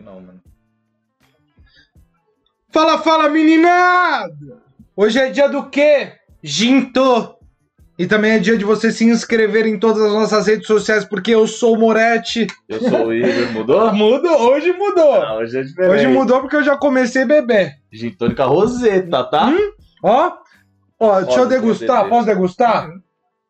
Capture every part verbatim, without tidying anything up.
não, mano. Fala, fala, meninada! Hoje é dia do quê? Jinto! E também é dia de você se inscrever em todas as nossas redes sociais, porque eu sou o Moretti. Eu sou o Igor. Mudou? Mudou, hoje mudou. Ah, hoje é diferente. Hoje mudou porque eu já comecei a beber. Gin tônica roseta, tá? Hum? Ó, ó, deixa eu degustar. beber. Posso degustar? Uhum.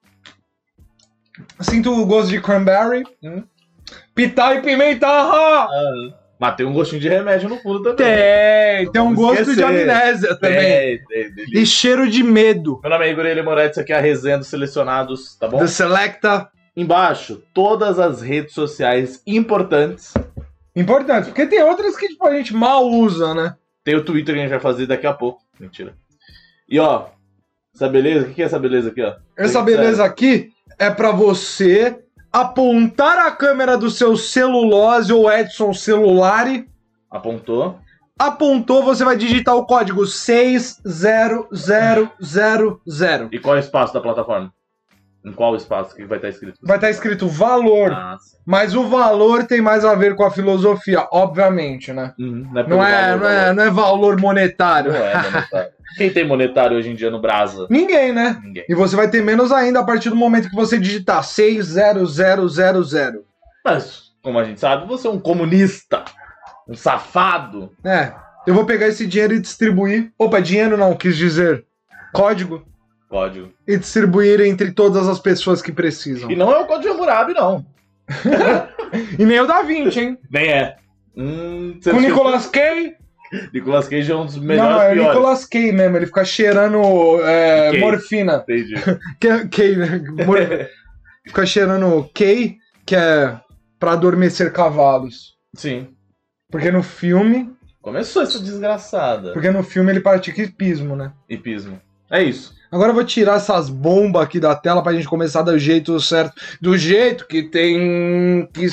Sinto o gosto de cranberry. Hum. Pitá e pimenta. Ah, Ah, mas tem um gostinho de remédio no fundo também. tem, tem um Vamos gosto esquecer. de amnésia também. Tem, tem, delícia. E cheiro de medo. Meu nome é Igor Ele Moretti, isso aqui é a resenha dos selecionados, tá bom? Do Selecta. Embaixo, todas as redes sociais importantes. Importante, porque tem outras que tipo, a gente mal usa, né? Tem o Twitter que a gente vai fazer daqui a pouco. Mentira. E ó, essa beleza, o que que é essa beleza aqui, ó? Essa Tem que beleza aqui é pra você apontar a câmera do seu celulose ou Edson Celulare. Apontou. Apontou, você vai digitar o código seis zero zero zero zero. E qual é o espaço da plataforma? Em qual espaço que vai estar escrito? Vai estar escrito valor, Ah, sim. mas o valor tem mais a ver com a filosofia, obviamente, né? Uhum, não é, Não pelo é, valor, não é, não é valor monetário. Não é monetário. Quem tem monetário hoje em dia no Brasa? Ninguém, né? Ninguém. E você vai ter menos ainda a partir do momento que você digitar seis zero zero zero zero. Mas, como a gente sabe, você é um comunista. Um safado. É, eu vou pegar esse dinheiro e distribuir. Opa, dinheiro não, quis dizer código. Código. E distribuir entre todas as pessoas que precisam. E não é o código de Hammurabi, não. E nem o da Vinci, hein? Nem é. Hum, você Com o esqueceu? Nicolas Cage. Nicolas Cage é um dos Não, melhores é o piores. Nicolas Cage mesmo. Ele fica cheirando é, Cage. morfina. Entendi. Que, que, né? Mor- fica cheirando K, que é pra adormecer cavalos. Sim. Porque no filme. Começou essa desgraçada. Porque no filme ele pratica hipismo, né? Hipismo. É isso. Agora eu vou tirar essas bombas aqui da tela pra gente começar do jeito certo. Do jeito que tem que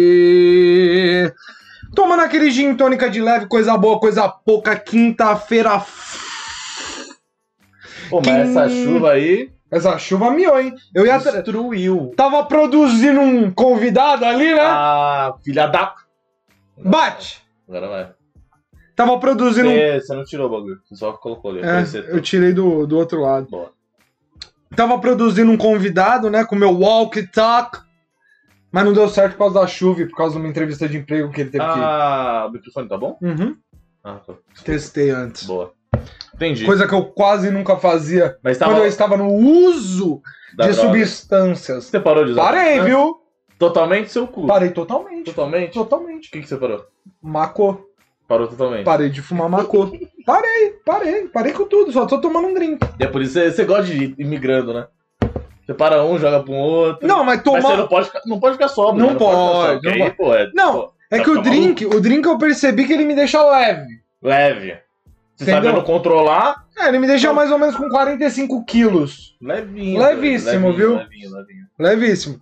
ser. Tomando aquele gin tônica de leve, coisa boa, coisa pouca, quinta-feira. Pô, mas Quem- essa chuva aí Essa chuva miou, hein? Eu ia. tra- destruiu. Tava produzindo um convidado ali, né? Ah, filha da... Bate! Agora vai. Tava produzindo um. Você, você não tirou o bagulho. Você só colocou ali. É, Apareceu eu tirei do, do outro lado. Boa. Tava produzindo um convidado, né? Com o meu walkie-talk. Mas não deu certo por causa da chuva e por causa de uma entrevista de emprego que ele teve Ah, o microfone tá bom? que ir. Uhum. Ah, tá. Testei antes. Boa. Entendi. Coisa que eu quase nunca fazia Mas tava... quando eu estava no uso da de droga. substâncias. Você parou de usar? Parei, Ah, viu? Totalmente seu cu. Parei totalmente. Totalmente? Totalmente. O que, que você parou? Macô. Parou totalmente. Parei de fumar macô. Parei, parei. Parei com tudo. Só tô tomando um drink. E é por isso que você, você gosta de ir migrando, né? Você para um, joga pro outro. Não, mas Mas você tomar. não pode ficar, não pode ficar sóbrio. Não né? ficar pode, sóbrio, não porque aí, pode. pô, é, Não, pô, É vai que o ficar drink, o drink eu percebi que ele me deixa leve. leve. Você Entendeu? sabendo controlar, É, ele me deixa mais ou menos com quarenta e cinco quilos. levinho. Levíssimo, levinho, viu? Levinho, levinho. Levíssimo.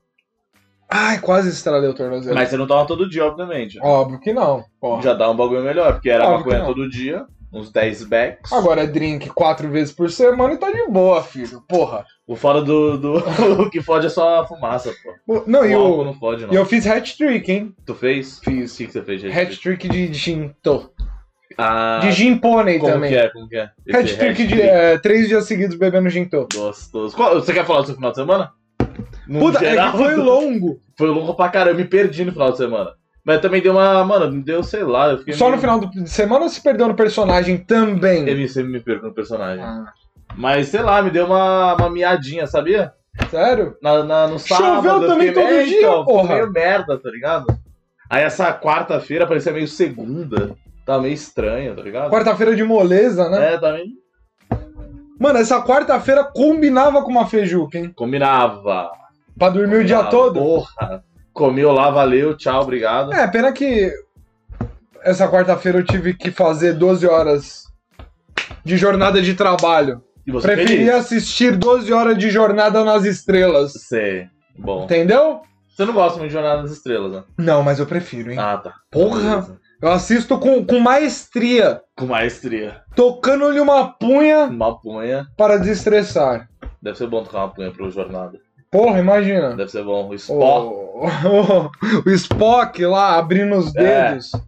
Ai, quase estralei o tornozelo. Mas você não toma todo dia, obviamente. Óbvio que não. Ó. Já dá um bagulho melhor, porque era Óbvio maconha que não. todo dia, uns dez backs. Agora é drink quatro vezes por semana e tá de boa, filho. Porra. O fora do, do o que fode é só a fumaça, pô. O- Não, O e álcool eu, não fode, não. e eu fiz hat-trick, hein? Tu fez? Fiz. O que, que você fez, gente? Hat-trick de Shinto. Ah, De gin pônei como também. que é? Como que é? Esse Hat-trick de hat-trick é, três dias seguidos bebendo Shinto. gostoso. Qual- você quer falar do seu final de semana? No Puta, geral, é que foi longo. Foi longo pra caramba, eu me perdi no final de semana. Mas também deu uma. Mano, me deu, sei lá, eu fiquei. Só meio... no final de semana se perdeu no personagem também. Eu me- sempre me perco no personagem. Ah, Mas sei lá, me deu uma, uma miadinha, sabia? sério? Na, na- no sábado. Choveu eu também fiquei todo meio- dia, então, fiquei porra. meio merda, tá ligado? Aí essa quarta-feira parecia meio segunda. Tava meio estranho, tá ligado? Quarta-feira de moleza, né? É, tá meio. Mano, essa quarta-feira combinava com uma feijuca, hein? Combinava. Pra dormir o dia Combinava. todo. Porra. Comeu lá, valeu, tchau, obrigado. É, pena que essa quarta-feira eu tive que fazer doze horas de jornada de trabalho. E você Preferia feliz? assistir doze horas de Jornada nas Estrelas. Sei. Bom. Entendeu? Você não gosta muito de Jornada das Estrelas, né? Não, mas eu prefiro, hein? Ah, tá. Porra! Beleza. Eu assisto com, com maestria, Com maestria. tocando-lhe uma punha Uma punha. para desestressar. Deve ser bom tocar uma punha pro Jornada. Porra, imagina. Deve ser bom. O Spock. O, o, o Spock lá abrindo os É. dedos.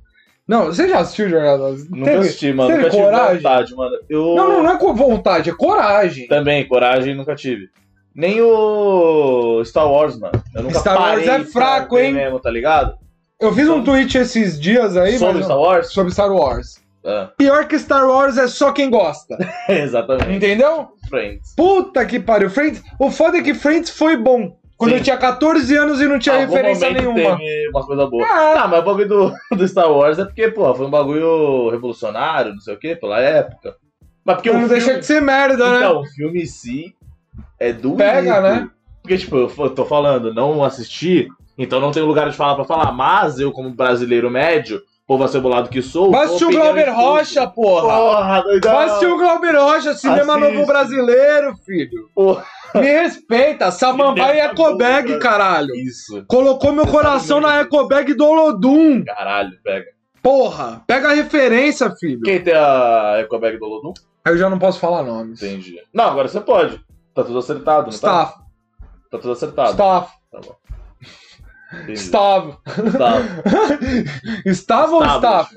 Não, você já assistiu Jornada nas Nunca teve, assisti, mano. teve Nunca coragem? tive vontade, mano. Eu... Não, não, não é com vontade, é coragem. Também, coragem nunca tive. Nem o Star Wars, mano. Eu nunca Star Wars é fraco, hein? Mesmo, tá ligado? Eu fiz um tweet esses dias aí, sobre mas, Star Wars? Sobre Star Wars. Ah. Pior que Star Wars é só quem gosta. Exatamente. Entendeu? Friends. Puta que pariu. Friends, o foda é que Friends foi bom. Quando Sim. eu tinha catorze anos e não tinha Algum referência momento nenhuma. Teve uma coisa boa. É. Ah, mas o bagulho do, do Star Wars é porque, pô, foi um bagulho revolucionário, não sei o quê, pela época. Mas porque Não o deixa filme... de ser merda, né? Então, o filme em si é doído. Pega, né? Porque, tipo, eu tô falando, não assisti, então não tenho lugar de falar pra falar. Mas eu, como brasileiro médio, povo acebolado que sou... Vai assistir o Glauber Rocha, porra! Porra, doidão! Vai assistir o Glauber Rocha, cinema Assiste. novo brasileiro, filho! Porra. Me respeita, Samambaia Cinema Ecobag, novo, caralho! Isso. Colocou meu Você coração sabe na muito. Ecobag do Olodum! Caralho, pega. Porra! Pega a referência, filho! Quem tem a Ecobag do Olodum? Aí eu já não posso falar nomes. Entendi. Não, agora você pode. Tá tudo acertado, não Staff. tá? Tá tudo acertado. Staff. Tá bom. Entendi. Staff. Gustavo. Staff ou Staff?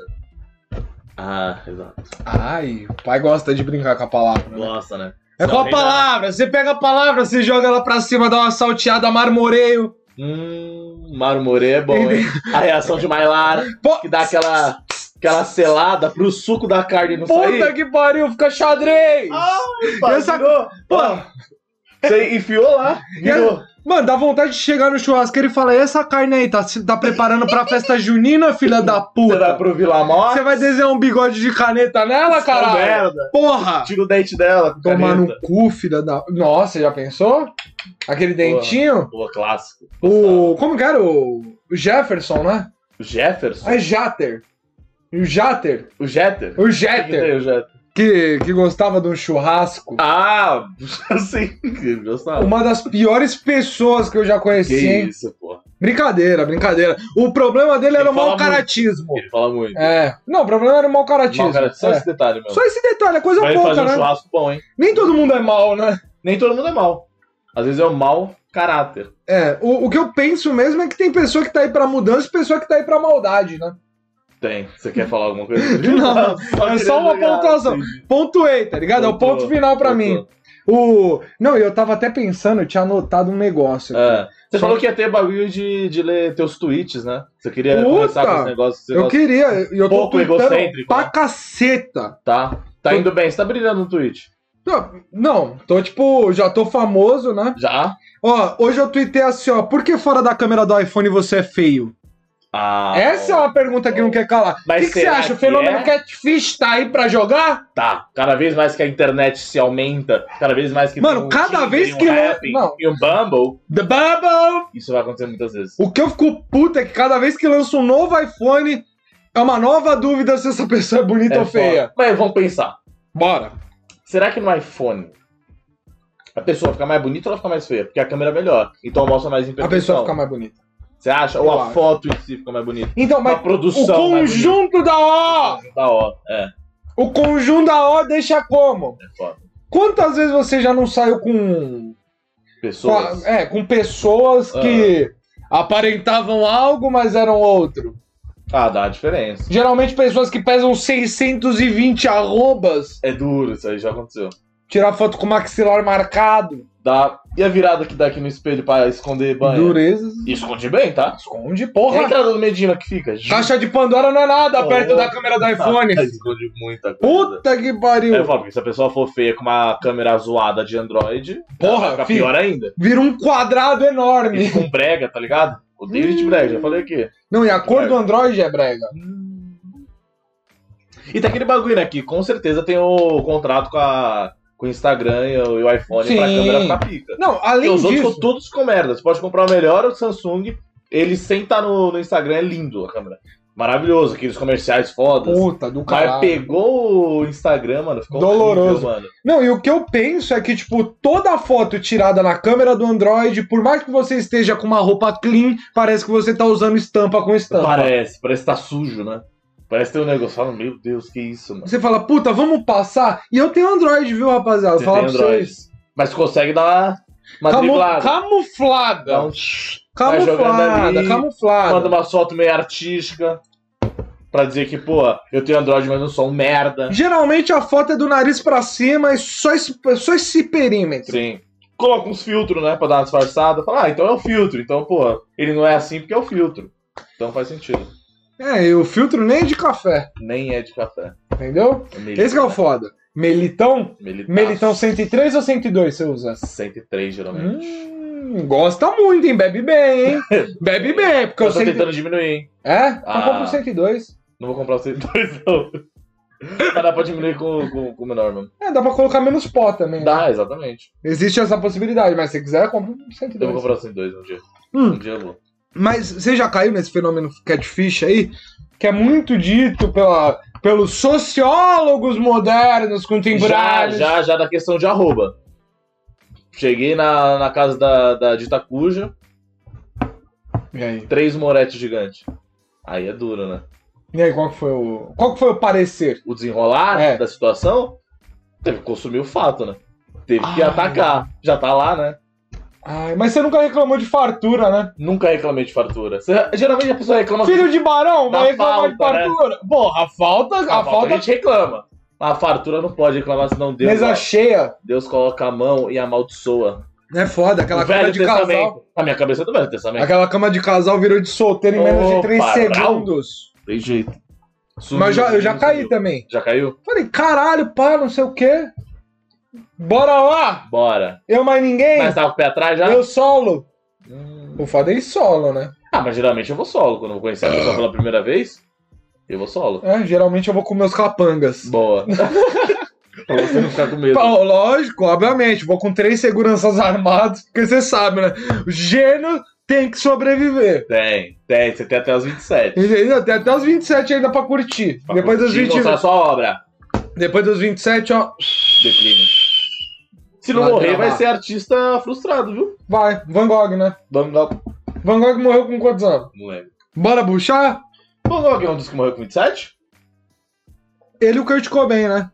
Ah, exato. Ai, o pai gosta de brincar com a palavra, né? Gosta, né? É Não, qual a nem dá. palavra? Você pega a palavra, você joga ela pra cima, dá uma salteada, marmoreio. Hum, marmorê é bom, hein? A reação de Mailara, Pô, que dá aquela, aquela selada pro suco da carne não sair. puta que pariu, fica xadrez! Ai, pai, Essa- virou. Pô, Você enfiou lá, virou. mano, dá vontade de chegar no churrasqueiro e falar: e essa carne aí, tá, se- tá preparando pra festa junina, filha da Você vai puta? pro Vila Morte, Você vai desenhar um bigode de caneta nela, caralho? merda. Porra! Tira o dente dela com Tomar no caneta. cu, filha da... Nossa, já pensou? Aquele dentinho? Pô, clássico. O... Como que era? O o Jefferson, né? O Jefferson? É Jater. O Jater. O Jeter? O Quem Jeter. tem o Jeter? Que, que gostava de um churrasco. Ah, sim, gostava. Uma das piores pessoas que eu já Que conheci, hein? isso, pô. Brincadeira, brincadeira. O problema dele Ele era o fala mau caratismo. Ele fala muito. É. Não, o problema era o mau caratismo. Mal, cara, só É. esse detalhe, meu. Só esse detalhe, é coisa Mas ele pouca, faz um né? churrasco bom, hein? Nem todo mundo é mal, né? Nem todo mundo é mal. Às vezes é o mau caráter. É, o, o que eu penso mesmo é que tem pessoa que tá aí pra mudança e pessoa que tá aí pra maldade, né? Tem. Você quer falar alguma coisa? Não, é só uma queria jogar, pontuação. entendi. Pontuei, tá ligado? É o ponto Pontuou, final pra pontuou. mim. O... Não, eu tava até pensando, eu tinha anotado um negócio aqui. É. Você Só- falou que ia ter bagulho de, de ler teus tweets, né? Você queria Puta! começar com esse negócio. Esse Eu negócio queria, e eu tô pouco tweetando egocêntrico, pra né? caceta. Tá. Tá indo bem. Você tá brilhando no tweet. Não, não, tô tipo, já tô famoso, né? Já? Ó, hoje eu tuitei assim, ó, por que fora da câmera do iPhone você é feio? Ah. Essa é uma pergunta que não quer calar. O Mas que, que você será acha? O que fenômeno é? Catfish tá aí pra jogar? Tá. Cada vez mais que a internet se aumenta, cada vez mais que Mano, tem um cada Tinder vez e um que lan- Happn não. e um Bumble, The Bubble! isso vai acontecer muitas vezes. O que eu fico puto é que cada vez que lança um novo iPhone, é uma nova dúvida se essa pessoa é bonita É ou feia. foda. Mas vamos pensar. Bora. Será que no iPhone a pessoa fica mais bonita ou ela fica mais feia? Porque a câmera é melhor. Então mostra mais A imperfeição. pessoa fica mais bonita. Você acha? Eu Ou a acho. foto em si fica mais bonita? Então, A mas o produção mais bonita. conjunto da O! Da hora. É, O conjunto da O deixa como? é foda. Quantas vezes você já não saiu com... com Pessoas. a- é, com pessoas que aparentavam algo, mas eram outro? Ah, dá a diferença. Geralmente pessoas que pesam seiscentos e vinte arrobas, É duro, isso aí já aconteceu. tirar foto com o maxilar marcado. Dá. E a virada que dá aqui no espelho pra esconder banho? Durezas. Esconde bem, tá? Esconde, E a porra. entrada do Medina que fica? Caixa de Pandora não é nada Oh, perto da câmera do iPhone. Esconde muita coisa. Puta que pariu. É, eu falo, porque se a pessoa for feia com uma câmera zoada de Android, Porra, fica filho. pior ainda. Vira um quadrado E enorme. com brega, tá ligado? Odeio de brega, já falei aqui. Não, e a cor do Android é brega. E tem aquele bagulho, né, que com certeza tem o contrato com, a, com o Instagram e o, e o iPhone Sim. pra câmera ficar pica. Não, Porque além os outros disso... são todos com merda. Você pode comprar o melhor o Samsung, ele sem estar no, no Instagram é lindo a câmera. Maravilhoso, aqueles comerciais fodas. Puta do Mas caralho. pegou o Instagram, mano, ficou Doloroso. horrível, mano. Não, e o que eu penso é que, tipo, toda foto tirada na câmera do Android, por mais que você esteja com uma roupa clean, parece que você tá usando estampa com estampa. Parece, parece que tá sujo, né? Parece que tem um negócio, fala, meu Deus, que isso, mano. Você fala, puta, vamos passar? E eu tenho Android, viu, rapaziada? Você Falar tem pra Android. vocês. Mas consegue dar uma, uma Camu- driblada. camuflada. Dá um... vai jogando Camuflada, ali, camuflada. Manda uma foto meio artística. Pra dizer que, pô, eu tenho Android, mas não sou um merda. Geralmente a foto é do nariz pra cima e só esse, só esse perímetro. Sim. Coloca uns filtros, né, pra dar uma disfarçada. Fala, ah, então é o filtro. Então, pô, ele não é assim porque é o filtro. Então faz sentido. É, e o filtro nem é de café. Nem é de café. Entendeu? É Esse que é o foda. Melitão? Melitaço. Melitão cento e três ou cento e dois você usa? cento e três, geralmente. Hum, gosta muito, hein? Bebe bem, hein? Bebe bem, porque Eu eu tô sei. tentando diminuir, hein. É? Então Ah. compra o cento e dois. Não vou comprar o cento e dois, não. Mas dá pra diminuir com, com, com o menor, mano. É, dá pra colocar menos pó também. Né? Dá, exatamente. Existe essa possibilidade, mas se quiser, compra um cento e Eu dois. vou comprar o cento e dois um dia. Hum. Um dia eu vou. Mas você já caiu nesse fenômeno catfish aí? Que é muito dito pela, pelos sociólogos modernos Já, contemporâneos. já, já da questão de arroba. Cheguei na, na casa da, da Dita Cuja, E aí? três moretes gigantes. Aí é duro, né? E aí, qual que foi o. Qual que foi o parecer? O desenrolar É. da situação teve que consumir o fato, né? Teve que Ai. atacar. Já tá lá, né? Ai, mas você nunca reclamou de fartura, né? Nunca reclamei de fartura. Você- geralmente a pessoa reclama Filho de barão, Da vai reclamar de falta, né? fartura? Porra, a falta. A, a falta falta. a gente reclama. A fartura não pode reclamar, senão Deus, Mesa ó, cheia. Deus coloca a mão e amaldiçoa. É foda, aquela O cama Velho de Testamento. casal. A minha cabeça é do Velho Testamento. Aquela cama de casal virou de solteiro em menos de três Opa, segundos. Tem jeito. Sumiu, Mas já, eu já sumiu, caí sumiu. também. Já caiu? Falei, caralho, pá, não sei o quê. Bora lá! Bora. Eu mais ninguém. Mas tava com o pé atrás já? Eu solo. Hum. O foda é ir solo, né? Ah, mas geralmente eu vou solo. Quando eu vou conhecer a pessoa pela primeira vez, eu vou solo. É, geralmente eu vou com meus capangas. Boa. Pra você não ficar com medo. Pô, lógico, obviamente. Vou com três seguranças armados, porque você sabe, né? O gênio tem que sobreviver. Tem, tem. Você tem até os vinte e sete. Entendeu? Tem até os vinte e sete ainda pra curtir. Pra Depois dos curtir e vinte... mostrar a sua obra. Depois dos vinte e sete, ó. Declínio. Se não Vai morrer, gravar. vai ser artista frustrado, viu? Vai, Van Gogh, né? Van Gogh. Van Gogh morreu com quantos anos? Não lembro. Bora buchar? Van Gogh é um dos que morreu com vinte e sete? Ele e o Kurt Cobain, né?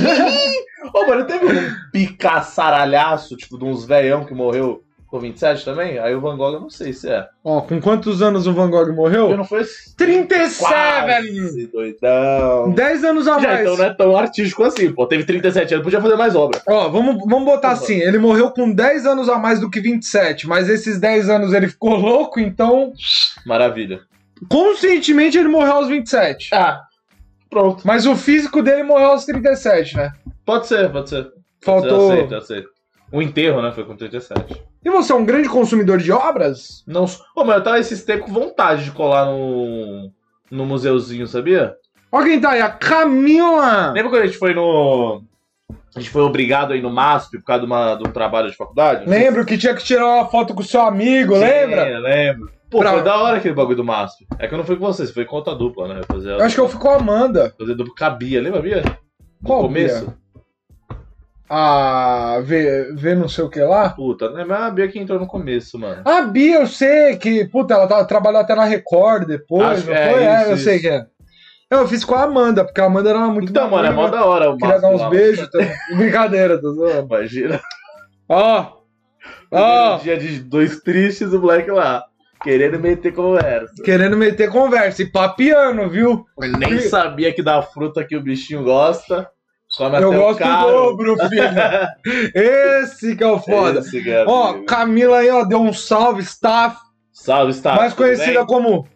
Ô, mano, teve um picaçaralhaço, tipo, de uns velhão que morreu com vinte e sete também? Aí o Van Gogh eu não sei se é. Ó, com quantos anos o Van Gogh morreu? Eu não foi esse. trinta e sete! Quase, doidão. dez anos a Já, mais. então não é tão artístico assim, pô. Teve trinta e sete anos, podia fazer mais obra. Ó, vamos, vamos botar Uhum. assim, ele morreu com dez anos a mais do que vinte e sete, mas esses dez anos ele ficou louco, então Maravilha. conscientemente ele morreu aos vinte e sete. Ah, pronto. Mas o físico dele morreu aos trinta e sete, né? Pode ser, pode ser. Faltou... Eu aceito, eu aceito. O enterro, né, foi com trinta e sete. E você é um grande consumidor de obras? Não... Pô, mas eu tava esses tempos com vontade de colar no... no museuzinho, sabia? Ó quem tá aí, a Camila! Lembra quando a gente foi no... A gente foi obrigado a ir no MASP por causa de, uma, de um trabalho de faculdade? Lembro que tinha que tirar uma foto com o seu amigo, Sim, lembra? lembro. Pô, Pra- foi da hora aquele bagulho do MASP. É que eu não fui com você, você foi com outra dupla, né? Fazer Eu acho que eu fui com a Amanda. Fazer dupla com a Bia, lembra, Bia? No Qual começo? A ver, ver não sei o que lá. Puta, né? Mas a Bia que entrou no começo, mano. A Bia, eu sei que, puta, ela tá, trabalhou até na Record depois, Acho não que é foi? É, isso, eu sei isso. que é. Eu fiz com a Amanda, porque a Amanda era muito Então, mano, é mó da hora o Queria MASP dar uns lá, beijos. Tá? Brincadeira, tô zoando. Imagina. Ó, Um ó, dia de dois tristes, o moleque lá. Querendo meter conversa. querendo meter conversa e papiando, viu? Ele nem sabia que da fruta que o bichinho gosta. Come Eu até gosto o caro. do dobro, filho. Esse que é o foda. Esse que é, Ó, amigo. Camila aí, ó, deu um salve, staff. Salve, está. mais tudo conhecida bem? como...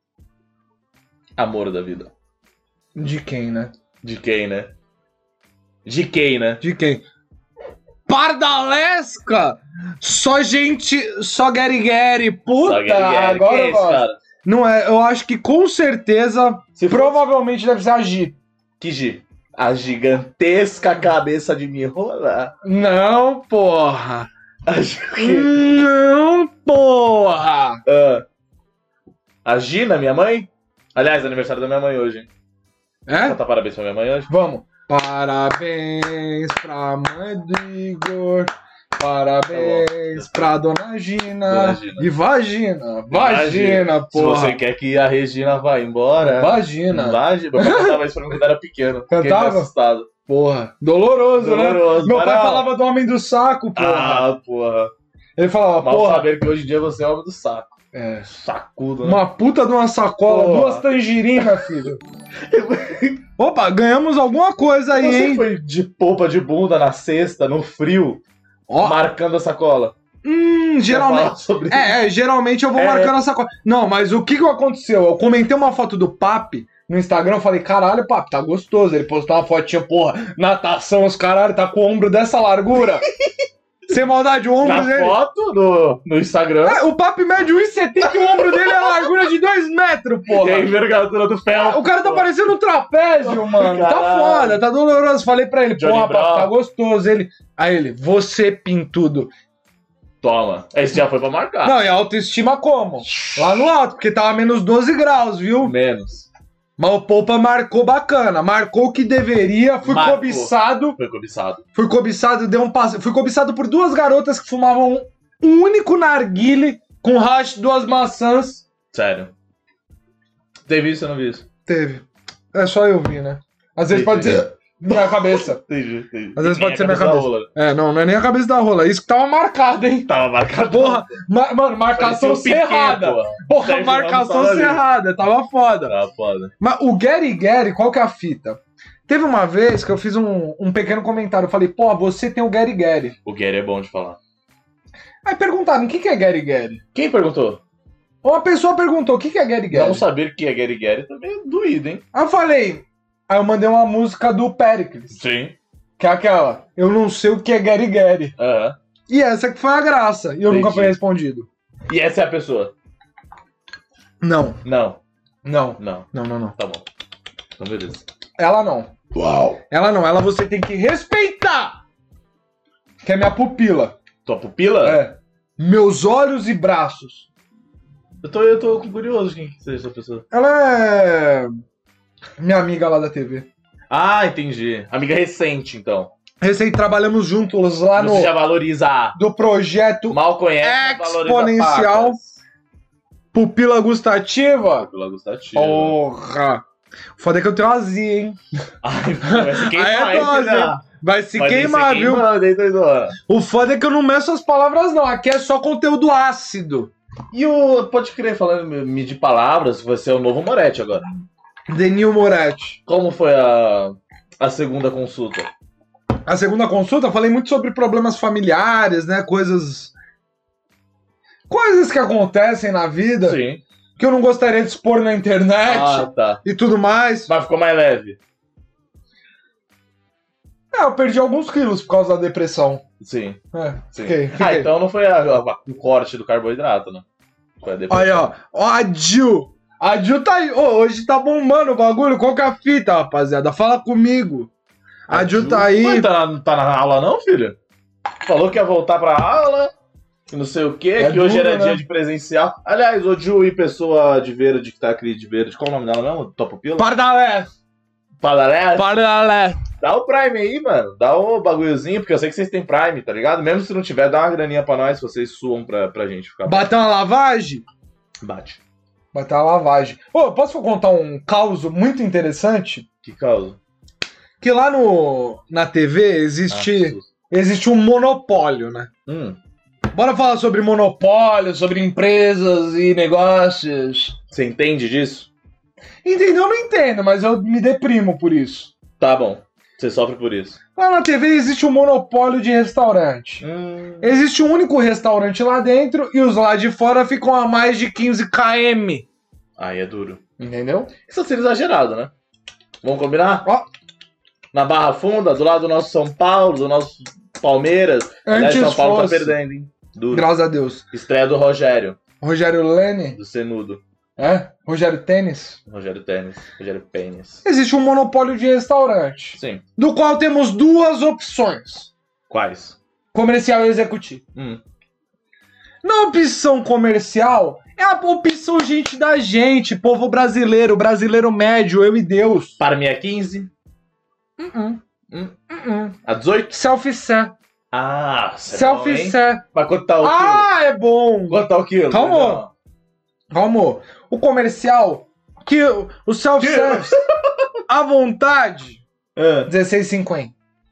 Amor da vida. De quem, né? De quem, né? De quem, né? De quem? Pardalesca! Só gente, só Gary Gary, puta, Sabe, Gary, agora quem é eu esse gosto. cara? Não é, eu acho que com certeza, Se for- provavelmente deve ser a Gi. Que Gi? A gigantesca cabeça de me rolar. Não, porra. A Gi... Não, porra. Ah. A Gina, minha mãe? Aliás, aniversário da minha mãe hoje, hein? É? Cantar parabéns pra minha mãe hoje. Vamos. Parabéns pra mãe do Igor. Parabéns pra dona Gina. Dona Gina. E vagina. Vagina, Se porra. você quer que a Regina vá embora... Vagina. Vagina. Meu pai cantava isso pra mim quando era pequeno. Fiquei meio Cantava? assustado. Porra. Doloroso, né? Doloroso, Meu pai para- falava do homem do saco, porra. Ah, porra. Ele falava, Mal porra. saber que hoje em dia você é homem do saco. É. Sacudo, né? Uma puta de uma sacola, Porra. duas tangerinas, filho. Opa, ganhamos alguma coisa aí, Você hein? foi de polpa de bunda na sexta, no frio, Ó, marcando a sacola. hum, Quer geralmente... falar sobre É, é, geralmente eu vou É. marcando a sacola. Não, mas o que que aconteceu? Eu comentei uma foto do Papi no Instagram, eu falei, caralho, Papi, tá gostoso. Ele postou uma fotinha, porra, natação, os caralho, tá com o ombro dessa largura. Sem maldade, o ombro Na dele... foto no, no Instagram. É, o Papi mede um e setenta e o ombro dele é a largura de dois metros, E a porra. envergadura do ferro. O cara tá parecendo um trapézio, mano. Tá Caralho. foda, tá doloroso. Falei pra ele, Johnny porra, Bravo. Papi, tá gostoso. Ele... Aí ele, você pintudo. Toma. Esse já foi pra marcar. Não, e a autoestima como? Lá no alto, porque tava menos doze graus, viu? Menos. Mas o Poupa marcou bacana, marcou o que deveria, fui Marcou. cobiçado, Foi cobiçado. fui cobiçado, deu um passe, fui cobiçado por duas garotas que fumavam um único narguile com hash, duas maçãs. Sério. Teve isso ou não vi isso? Teve. É só eu vi, né? Às vezes Entendi. pode ser minha cabeça. Entendi, entendi. Às vezes Nem pode a ser minha da cabeça. rola. É, não, não é nem a cabeça da rola, isso que tava marcado, hein? Tava marcado. Porra, ma- mano, marcação Parecia um Piquet, cerrada. porra. Porra, Sérgio marcação Ramos tava ali. cerrada, tava foda. Tá foda. Mas o Gary Gary, qual que é a fita? Teve uma vez que eu fiz um, um pequeno comentário. Eu falei, pô, você tem o Gary Gary. O Gary é bom de falar. Aí perguntaram, o que, que é Gary Gary? Quem perguntou? Uma pessoa perguntou, o que, que é Gary Gary? Não saber que é Gary Gary também é doído, hein? Aí eu falei, aí eu mandei uma música do Pericles, Sim. que é aquela, eu não sei o que é Gary Gary. Aham. E essa que foi a graça, e eu Entendi. nunca fui respondido. E essa é a pessoa? Não, Não. não, Não. não, não, não. Tá bom. Então beleza. Ela não. Uau. Ela não, ela você tem que respeitar. Que é minha pupila. Tua pupila? É. Meus olhos e braços. Eu tô, eu tô curioso de quem que seja essa pessoa. Ela é minha amiga lá da T V. Ah, entendi. Amiga recente, então. Recém trabalhamos juntos lá no Você já valoriza. do projeto Mal conhece, mas valoriza Exponencial. pacas. Pupila Gustativa. Pupila gustativa. Porra. Foda é que eu tenho azia, hein? Ai, vai se queimar, Aí é hein, dose, filha? hein? Vai se Vai queimar, se viu? queimando, hein, doidona? O foda é que eu não meço as palavras, não. Aqui é só conteúdo ácido. E o. Pode crer, falando de palavras, vai ser o novo Moretti agora. Denil Moretti. Como foi a, a segunda consulta? A segunda consulta, eu falei muito sobre problemas familiares, né? Coisas. Coisas que acontecem na vida Sim. que eu não gostaria de expor na internet Ah, tá. e tudo mais. Mas ficou mais leve. É, eu perdi alguns quilos por causa da depressão. Sim. É, Sim. fiquei, Ah, fiquei. então não foi a- a- o corte do carboidrato, né? Foi a depressão. Aí, ó. Ó, a Jill. A Jill tá aí. Ô, hoje tá bombando o bagulho. Qual que é a fita, rapaziada? Fala comigo. A Jill tá aí. Mas tá, na- tá na aula não, filho? Falou que ia voltar pra aula, que não sei o quê, É que hoje duro, era né? dia de presencial. Aliás, ô Ju e pessoa de verde que tá aqui de verde, qual o nome dela mesmo? Topopila? Pardalé. Padalé? Pardalé. Dá o Prime aí, mano. Dá o bagulhozinho, porque eu sei que vocês têm Prime, tá ligado? Mesmo se não tiver, dá uma graninha pra nós, vocês suam pra, pra gente ficar. Bateu uma lavagem? Bate. Bateu uma lavagem. Ô, posso contar um caos muito interessante? Que causa? Que lá no, na T V existe, Ah, existe um monopólio, né? hum, Bora falar sobre monopólio, sobre empresas e negócios. você entende disso? Entendeu? Eu não entendo, mas eu me deprimo por isso. Tá bom. Você sofre por isso. Lá na T V existe um monopólio de restaurante. Hum, Existe um único restaurante lá dentro e os lá de fora ficam a mais de quinze quilômetros. aí é duro. Entendeu? Isso é ser exagerado, né? Vamos combinar? Ó. Na Barra Funda, do lado do nosso São Paulo, do nosso Palmeiras. Aliás, Antes São Paulo fosse. tá perdendo, hein? Duro. Graças a Deus. Estreia do Rogério, Rogério Lene, do Senudo. é? Rogério Tênis. Rogério Tênis, Rogério Pênis. Existe um monopólio de restaurante, Sim. do qual temos duas opções: Quais? comercial e executivo. Hum. Na opção comercial, é a opção gente da gente, povo brasileiro, brasileiro médio, eu e Deus. Para mim é quinze. Uh-uh. Hum. Uh-uh. A dezoito? Selfie-sé. Ah, você é bom, hein? Selfie-sé. Mas quanto tá o quilo? Ah, é bom. Quanto tá o quilo? Calma. Não. Calma. O comercial, que o o self-service, à vontade, Ah, dezesseis e cinquenta.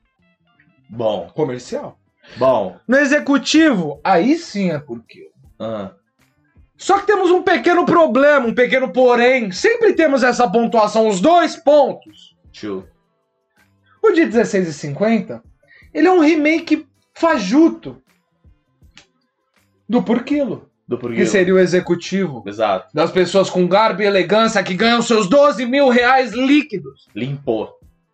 bom, Comercial. bom. No executivo, aí sim é por quilo. Ah. Só que temos um pequeno problema, um pequeno porém. Sempre temos essa pontuação, os dois pontos. Tio. O de dezesseis e cinquenta, ele é um remake fajuto do Por Quilo. Do Por Que Quilo. seria o executivo. Exato. Das pessoas com garbo e elegância que ganham seus doze mil reais líquidos. Limpou.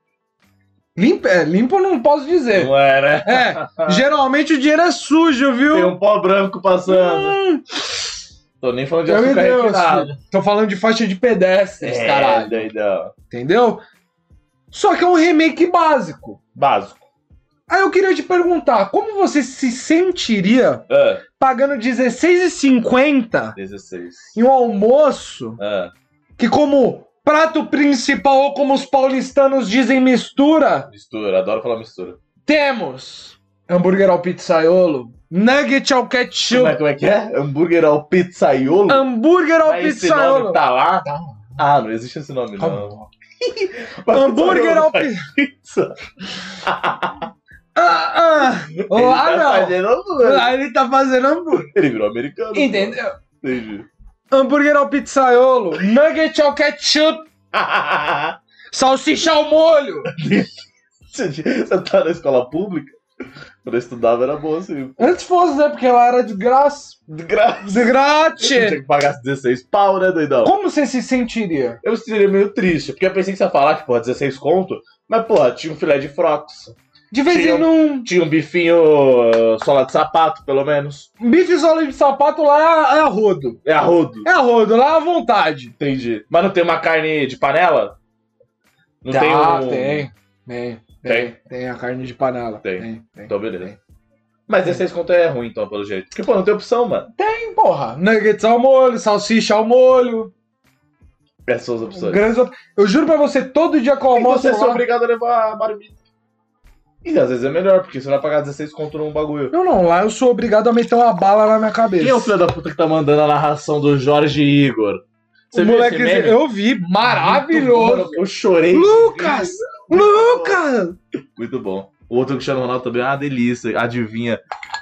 Limpo, é, limpo eu não posso dizer. Não é, né? É, geralmente o dinheiro é sujo, viu? Tem um pó branco passando. Hum, Tô nem falando de meu açúcar Deus, refinado. filho. Tô falando de faixa de pedestres, É, caralho. doidão. Entendeu? Só que é um remake básico. Básico. Aí eu queria te perguntar, como você se sentiria Ah, pagando dezesseis e cinquenta dezesseis. em um almoço Ah, que, como prato principal, ou como os paulistanos dizem, mistura, mistura. Adoro falar mistura. temos hambúrguer ao pizzaiolo, nugget ao Como é, ketchup, como é que é? Hambúrguer ao pizzaiolo? hambúrguer ao Mas esse pizzaiolo. nome tá lá? Tá. Ah, não existe esse nome, Calma. não. Mas Hambúrguer ao pizzaiolo pizza. faz pizza. Ah, ah. Ele Lá tá não. fazendo hambúrguer. Lá ele tá fazendo hambúrguer. Ele virou americano. Entendeu? Pô. Entendi. Hambúrguer ao pizzaiolo, nugget ao ketchup, salsicha ao molho. Você tá na escola pública? Quando eu estudava era bom assim. Antes fosse, né? Porque lá era de graça. De graça. De Eu grátis. tinha que pagar dezesseis pau, né, doidão? Como você se sentiria? Eu seria meio triste, porque eu pensei que você ia falar que, porra, dezesseis conto, mas, porra, tinha um filé de frocos. De vez Tinha em num Tinha um bifinho uh, sola de sapato, pelo menos. bife solo de sapato lá é a rodo. É arrodo. É a rodo, lá é à vontade. Entendi. Mas não tem uma carne de panela? Não tem Ah, um... tem. Tem. Tem. Tem a carne de panela. Tem. Tem. Tem. Então, beleza. Mas dezesseis conto é ruim, então, pelo jeito. Porque, pô, não tem opção, mano. Tem, porra. Nuggets ao molho, salsicha ao molho. Essas são as opções. Grandes op- Eu juro pra você, todo dia que eu E almoço você é lá... obrigado a levar a marmita. E às vezes é melhor, porque você vai pagar dezesseis conto num bagulho. Não, não. Lá eu sou obrigado a meter uma bala na minha cabeça. Quem é o filho da puta que tá mandando a narração do Jorge Igor? O viu moleque, esse meme? eu vi. Maravilhoso. Mano, eu chorei. Lucas! Muito Lucas! bom. Muito bom. O outro Cristiano Ronaldo também é uma delícia. Adivinha.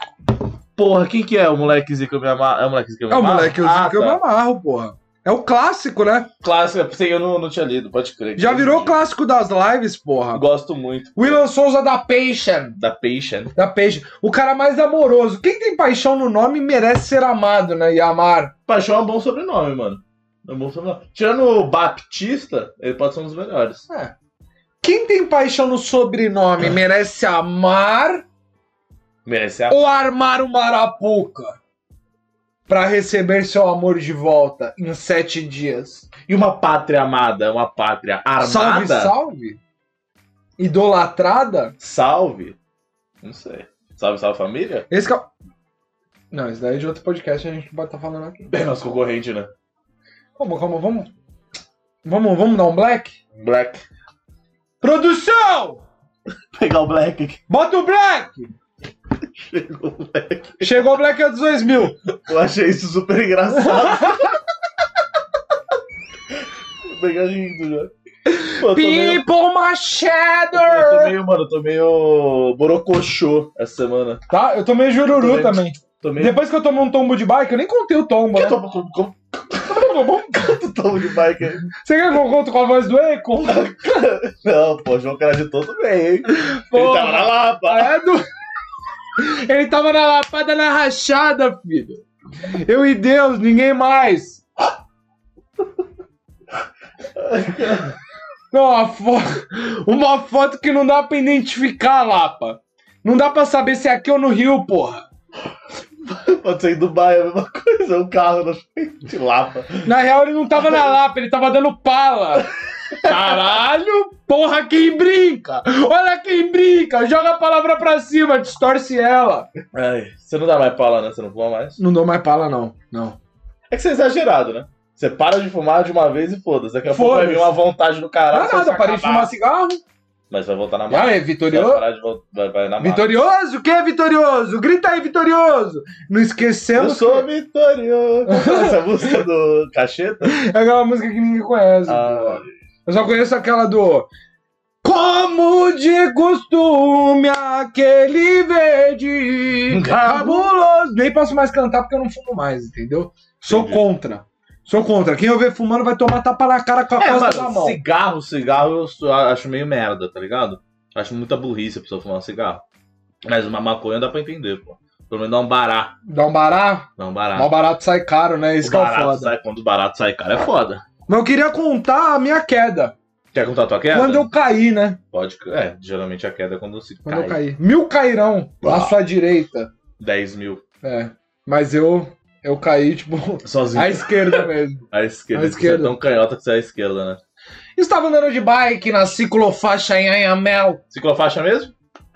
Porra, quem que é o molequezinho que eu me amarro? É o molequezinho que eu me É o amarro? moleque ah, que eu me tá. amarro, porra. É o clássico, né? Clássico, sei, eu não, não tinha lido, pode crer. Já virou clássico das lives, porra. Gosto muito. William Souza da Patient. Da Patient. Da Patient. O cara mais amoroso. Quem tem paixão no nome merece ser amado, né? E amar. Paixão é um bom sobrenome, mano. É um bom sobrenome. Tirando o Baptista, ele pode ser um dos melhores. É. Quem tem paixão no sobrenome merece amar Merece a... ou armar uma arapuca pra receber seu amor de volta em sete dias? E uma pátria amada, uma pátria armada? Salve, salve? Idolatrada? Salve? Não sei. Salve, salve família? Esse que é... o- Não, esse daí é de outro podcast, a gente não pode estar falando aqui. É nosso concorrente, né? Como, como, vamos... Vamos, vamos dar um black? Black. Produção! Pegar o Black aqui. Bota o black! Chegou o Black. Chegou o black anos dois mil. Eu achei isso super engraçado. Vou pegar rindo já. Pô, eu tô meio, People eu tô Machado! meio, mano, eu tô meio borocochô essa semana. Tá, eu tomei jururu Tô meio- também. Tô meio... Depois que eu tomei um tombo de bike, eu nem contei o tombo, Que né? tombo, como, como... Quanto tombo de bike aí? Você quer que eu conto com a voz do Eco? Não, pô, o João Caraditon tudo bem, hein? Ele Porra. tava na Lapa. É do... Ele tava na lapada na rachada, filho. Eu e Deus, ninguém mais. Não, uma, fo... uma foto que não dá pra identificar, Lapa. Não dá pra saber se é aqui ou no Rio, porra. Pode ser em Dubai, é a mesma coisa. Um carro na frente, Lapa. Na real, ele não tava na Lapa, ele tava dando pala. Caralho, porra, quem brinca? Olha quem brinca, joga a palavra pra cima, distorce ela. Ai, você não dá mais pala, né? Você não fuma mais? Não dou mais pala, não. Não. É que você é exagerado, né? Você para de fumar de uma vez e foda-se. Daqui a pouco vai vir Foda-se. uma vontade do Não caralho. é você nada, vai parei de acabar. fumar cigarro. Mas vai voltar na Ah, mão. é Vai vitorioso? parar de voltar, vai, vai na mão. Vitorioso? O que é vitorioso? Grita aí, vitorioso! Não Eu esquecemos sou que vitorioso. Essa música do Cacheta? é aquela música que ninguém conhece. Ah, pô. Eu só conheço aquela do... Como de costume, aquele verde cabuloso. Nem posso mais cantar porque eu não fumo mais, entendeu? Sou Entendi. contra. Sou contra. Quem eu ver fumando vai tomar tapa na cara com a É, costa da mano, mão. cigarro, cigarro eu sou- acho meio merda, tá ligado? Acho muita burrice a pessoa fumar um cigarro. Mas uma maconha dá pra entender, pô. Pelo menos dá um bará. Dá um barato? Dá um Mal barato. barato sai caro, né? Isso O que é o barato foda. sai, quando o barato sai caro é foda. Mas eu queria contar a minha queda. Quer contar a tua queda? Quando eu caí, né? Pode. É, geralmente a queda é quando se Quando cai. eu caí. Mil cairão à Uau. sua direita. dez mil. É. Mas eu, eu caí, tipo, Sozinho. à esquerda mesmo. À esquerda. À esquerda. Você é tão canhota que você é à esquerda, né? Estava andando de bike na ciclofaixa em Anhamel. Ciclofaixa mesmo?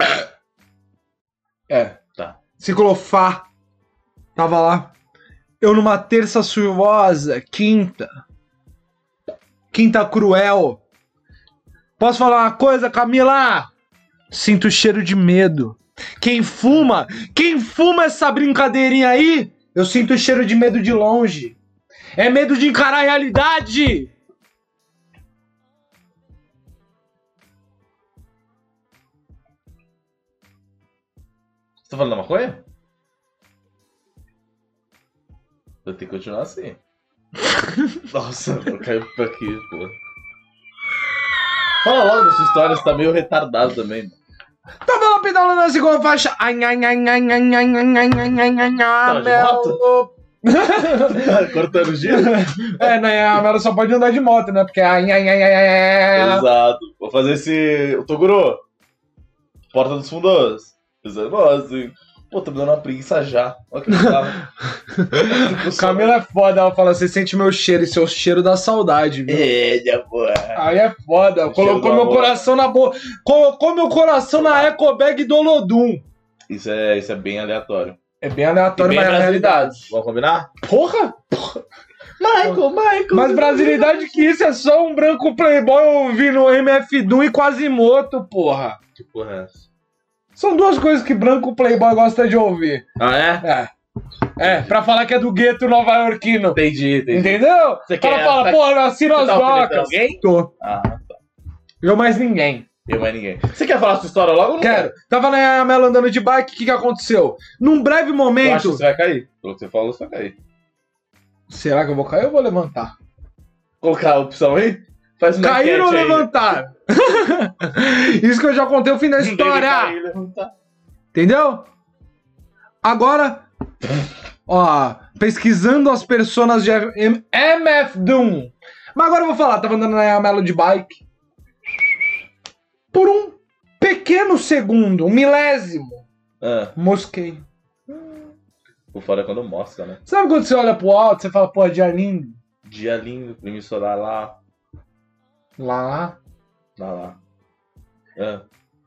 É. Tá. Ciclofá. Tava lá. Eu numa terça chuvosa, quinta. Quinta cruel. Posso falar uma coisa, Camila? Sinto cheiro de medo. Quem fuma, quem fuma essa brincadeirinha aí, eu sinto cheiro de medo de longe. É medo de encarar a realidade. Você tá falando da maconha? Eu tenho que continuar assim. Nossa, eu caí pra aqui, pô. Fala logo dessa história, você tá meio retardado também, mano. Tava lá pedalando na ciclofaixa. Ai, ai, ai, ai, ai, ai, ai, ai, ai, ai, ai, Tava de Melo. Cortando o giro? É, né? A Melo só pode andar de moto, né? Porque ai, ai, ai, ai, ai, ai. Exato. Vou fazer esse. O Toguro. Porta dos fundos. Nossa, hein? Pô, tô me dando uma preguiça já. Olha que legal. Camila é foda, ela fala, você sente meu cheiro, e seu cheiro da saudade, viu? É, minha porra. Aí é foda, O cheiro colocou do meu amor. coração na boa, colocou meu coração na ecobag do Olodum. Isso é, isso é bem aleatório. É bem aleatório, E bem mas é a realidade. Vamos combinar? Porra! Michael, Michael. Mais brasilidade que isso, é só um branco playboy ouvindo M F Doom e Quasimoto, porra. Que porra é essa? São duas coisas que branco playboy gosta de ouvir. Ah, é? É. É, pra falar que é do gueto nova-iorquino. Entendi, entendi. Entendeu? Você O cara quer- fala, tá- pô, nasci nas Você tá alfinetando docas. alguém? Tô. Ah, tá. Eu mais ninguém. Eu mais ninguém. Você quer falar sua história logo ou não Quero. Tava na Amelo andando de bike, o que que aconteceu? Num breve quer? Eu acho que momento... você vai cair. Pelo que você falou, você vai cair. Será que eu vou cair ou vou levantar? Colocar a opção aí? Faz um Cair ou enquete aí. levantar? Isso que eu já contei o fim da Não deve história. cair, levantar. Entendeu? Agora, ó, pesquisando as personas de M F Doom. Mas agora eu vou falar, tava andando na Amelo de bike. Por um pequeno segundo, um milésimo, Ah, mosquei. por fora é quando mostra, né? Sabe quando você olha pro alto, você fala, pô, dia lindo. Dia lindo, primo solar lá, Lá, lá. lá, lá. Ah,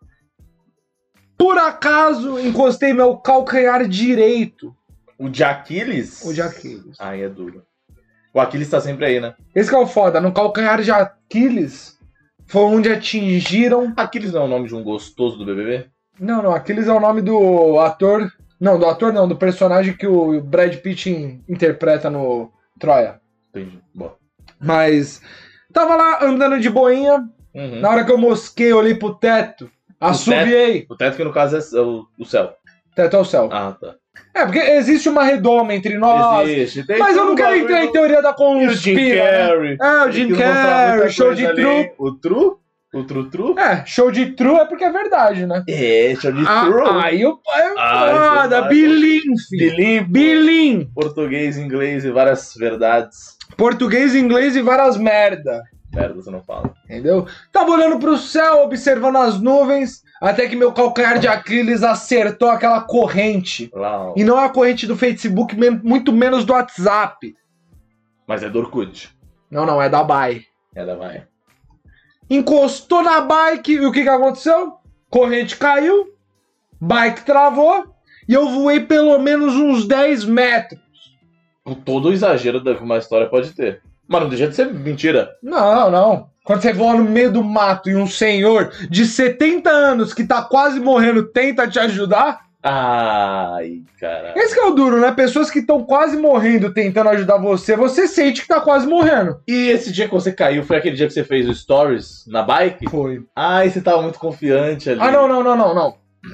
Por acaso, encostei meu calcanhar direito. o de Aquiles? O de Aquiles. Aí é duro. O Aquiles tá sempre aí, né? Esse que é o foda, no calcanhar de Aquiles foi onde atingiram... Aquiles não é o nome de um gostoso do B B B? Não, não, Aquiles é o nome do ator... Não, do ator não, do personagem que o Brad Pitt in- interpreta no Troia. Entendi. Bom. Mas tava lá andando de boinha, Uhum. na hora que eu mosquei, olhei pro teto, assobiei. O teto que no caso é o, o céu. Teto ao céu. Ah, tá. É, porque existe uma redoma entre nós. Existe. Tem Mas eu todo não quero bagulho entrar em do- teoria da E o Jim conspira, né? Carrey. É, o Ele Jim quis mostrar muita Carrey, show coisa de ali. tru. O tru? O tru-tru? É, show de tru é porque é verdade, né? É, show de Ah, tru. aí o pai é Ah, foda, isso é bilim, filho. Bilim, Bilim. português, inglês e várias verdades. Português, inglês e várias merda. Merda, você não fala. Entendeu? Tava olhando pro céu, observando as nuvens, até que meu calcanhar de Aquiles acertou aquela corrente. Lá, ó. E não é a corrente do Facebook, men- muito menos do WhatsApp. Mas é do Orkut. Não, não, é da Bai. Ela vai. Encostou na bike e o que que aconteceu? Corrente caiu, bike travou e eu voei pelo menos uns dez metros. Com todo o exagero que uma história pode ter. Mas não deixa de ser mentira. Não, não. Quando você voa no meio do mato e um senhor de setenta anos que tá quase morrendo tenta te ajudar, Ai, caralho. esse que é o duro, né? Pessoas que estão quase morrendo tentando ajudar você, você sente que tá quase morrendo. E esse dia que você caiu, foi aquele dia que você fez o stories na bike? Foi. Ai, você tava muito confiante ali. Ah, não, não, não, não, não.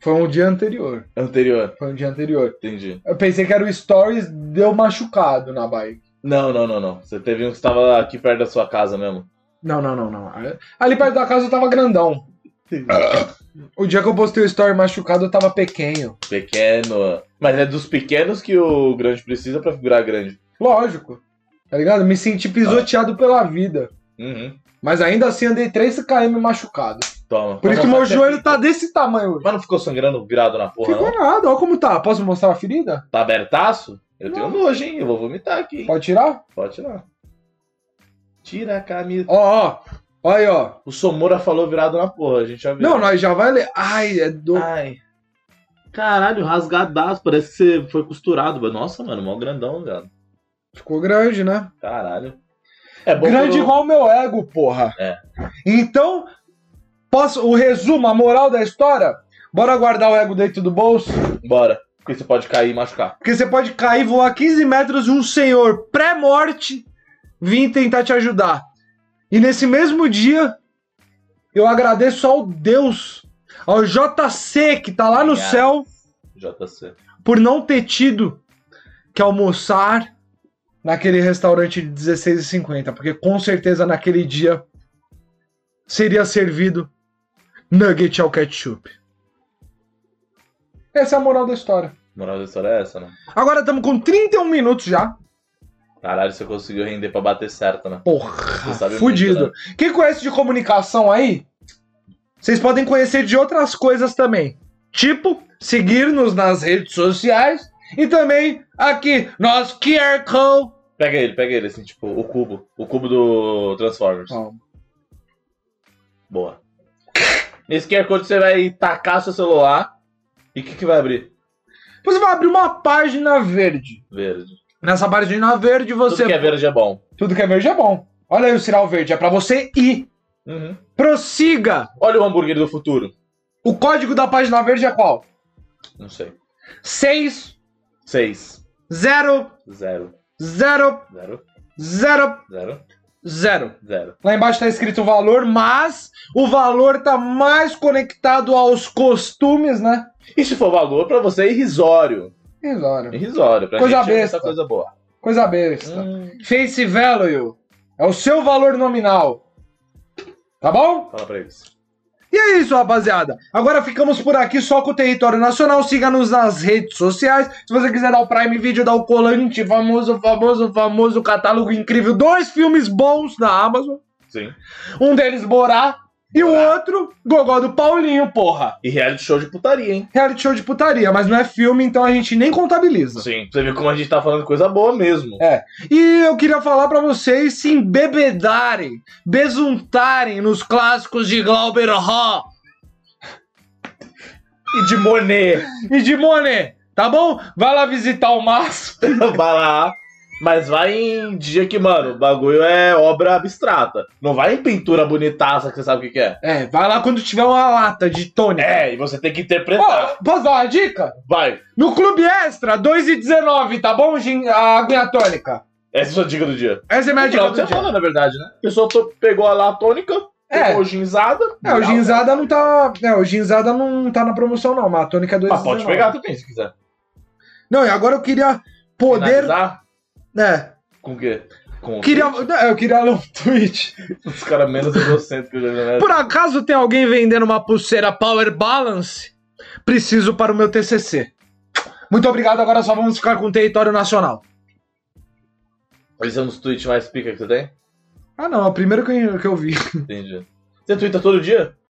Foi um dia anterior. Anterior. Foi um dia anterior. Entendi. Eu pensei que era o Stories, deu machucado na bike. Não, não, não, não. Você teve um que estava aqui perto da sua casa mesmo. Não, não, não, não. Ali perto da casa eu tava grandão. O dia que eu postei o story machucado eu tava pequeno. Pequeno. Mas é dos pequenos que o grande precisa pra virar grande. Lógico. Tá ligado? Me senti pisoteado pela vida. Uhum. Mas ainda assim andei três quilômetros machucado. Toma. Por isso que meu joelho tá desse tamanho hoje. Mas não ficou sangrando virado na porra, Ficou não? nada, olha como tá. Posso mostrar a ferida? Tá abertaço? Eu Não. tenho nojo, hein? Eu vou vomitar aqui, hein? Pode tirar? Pode tirar. Tira a camisa. Ó, ó. Olha aí, ó. O Somura falou virado na porra, a gente já viu. Não, nós já vai ler. Ai, é do... Ai. Caralho, rasgadaço. Parece que você foi costurado. Nossa, mano, mó grandão, velho. Ficou grande, né? Caralho. É bom Grande pro- igual o meu ego, porra. É. Então, posso o resumo, a moral da história? Bora guardar o ego dentro do bolso? Bora. Porque você pode cair e machucar. Porque você pode cair, voar quinze metros e um senhor pré-morte vir tentar te ajudar. E nesse mesmo dia, eu agradeço ao Deus, ao J C que tá lá no Obrigado. céu, J C. por não ter tido que almoçar naquele restaurante de dezesseis e cinquenta, porque com certeza naquele dia seria servido nugget ao ketchup. Essa é a moral da história. A moral da história é essa, né? Agora estamos com trinta e um minutos já. Caralho, você conseguiu render pra bater certo, né? Porra, Você sabe fudido. muito, Quem conhece de comunicação aí, vocês podem conhecer de outras coisas também. Tipo, seguir-nos nas redes sociais e também aqui, nosso Q R Code. Pega ele, pega ele, assim, tipo, o cubo. O cubo do Transformers. Ó, Boa. Nesse Q R Code você vai tacar seu celular. E o que, que vai abrir? Você vai abrir uma página verde. Verde. Nessa página verde você... Tudo que é verde é bom. Tudo que é verde é bom. Olha aí o sinal verde, é pra você ir. Uhum. Prossiga. Olha o hambúrguer do futuro. O código da página verde é qual? Não sei. seis Seis. zero Zero. zero Zero. zero Zero. zero. Zero. Lá embaixo tá escrito o valor, mas o valor tá mais conectado aos costumes, né? E se for valor, pra você é irrisório. Irrisório. Irrisório. Pra Coisa gente é besta. muita coisa boa. Coisa besta. Hum. Face value é o seu valor nominal. Tá bom? Fala pra eles. E é isso, rapaziada. Agora ficamos por aqui só com o território nacional. Siga-nos nas redes sociais. Se você quiser dar o Prime Video, dá o colante, famoso, famoso, famoso catálogo incrível. Dois filmes bons da Amazon. Sim. Um deles, Borá. E o Borá. outro, Gogó do Paulinho, porra. E reality show de putaria, hein? Reality show de putaria, mas não é filme, então a gente nem contabiliza. Sim. Pra você ver como a gente tá falando coisa boa mesmo. É. E eu queria falar pra vocês se embebedarem, besuntarem nos clássicos de Glauber Roth E de Monet. e de Monet, tá bom? Vai lá visitar o Márcio. Vai lá. Mas vai em dia que, mano, o bagulho é obra abstrata. Não vai em pintura bonitaça que você sabe o que que é. É, vai lá quando tiver uma lata de tônica. É, e você tem que interpretar. Ó, posso dar uma dica? Vai. No Clube Extra, dois e dezenove, tá bom, gin- a aguinha tônica? Essa é a sua dica do dia. Essa é a minha dica Pronto, do você dia. falou, na verdade, né? A pessoa to- pegou lá a tônica, É. pegou ginzada. É, o ginzada não tá... É, o ginzada não tá na promoção não, mas a tônica é dois e Mas pode dezenove. pegar também, se quiser. Não, e agora eu queria poder... Finalizar? É, Com o quê? Com o queria... tweet? não, eu queria ler um tweet. Os caras menos egocêntricos que eu já vi na minha Por acaso tem alguém vendendo uma pulseira Power Balance? Preciso para o meu T C C. Muito obrigado, agora só vamos ficar com o território nacional. Esse é um dos tweets mais pica que você tem? Ah não, é o primeiro que eu, que eu vi. Entendi. Você twitta todo dia?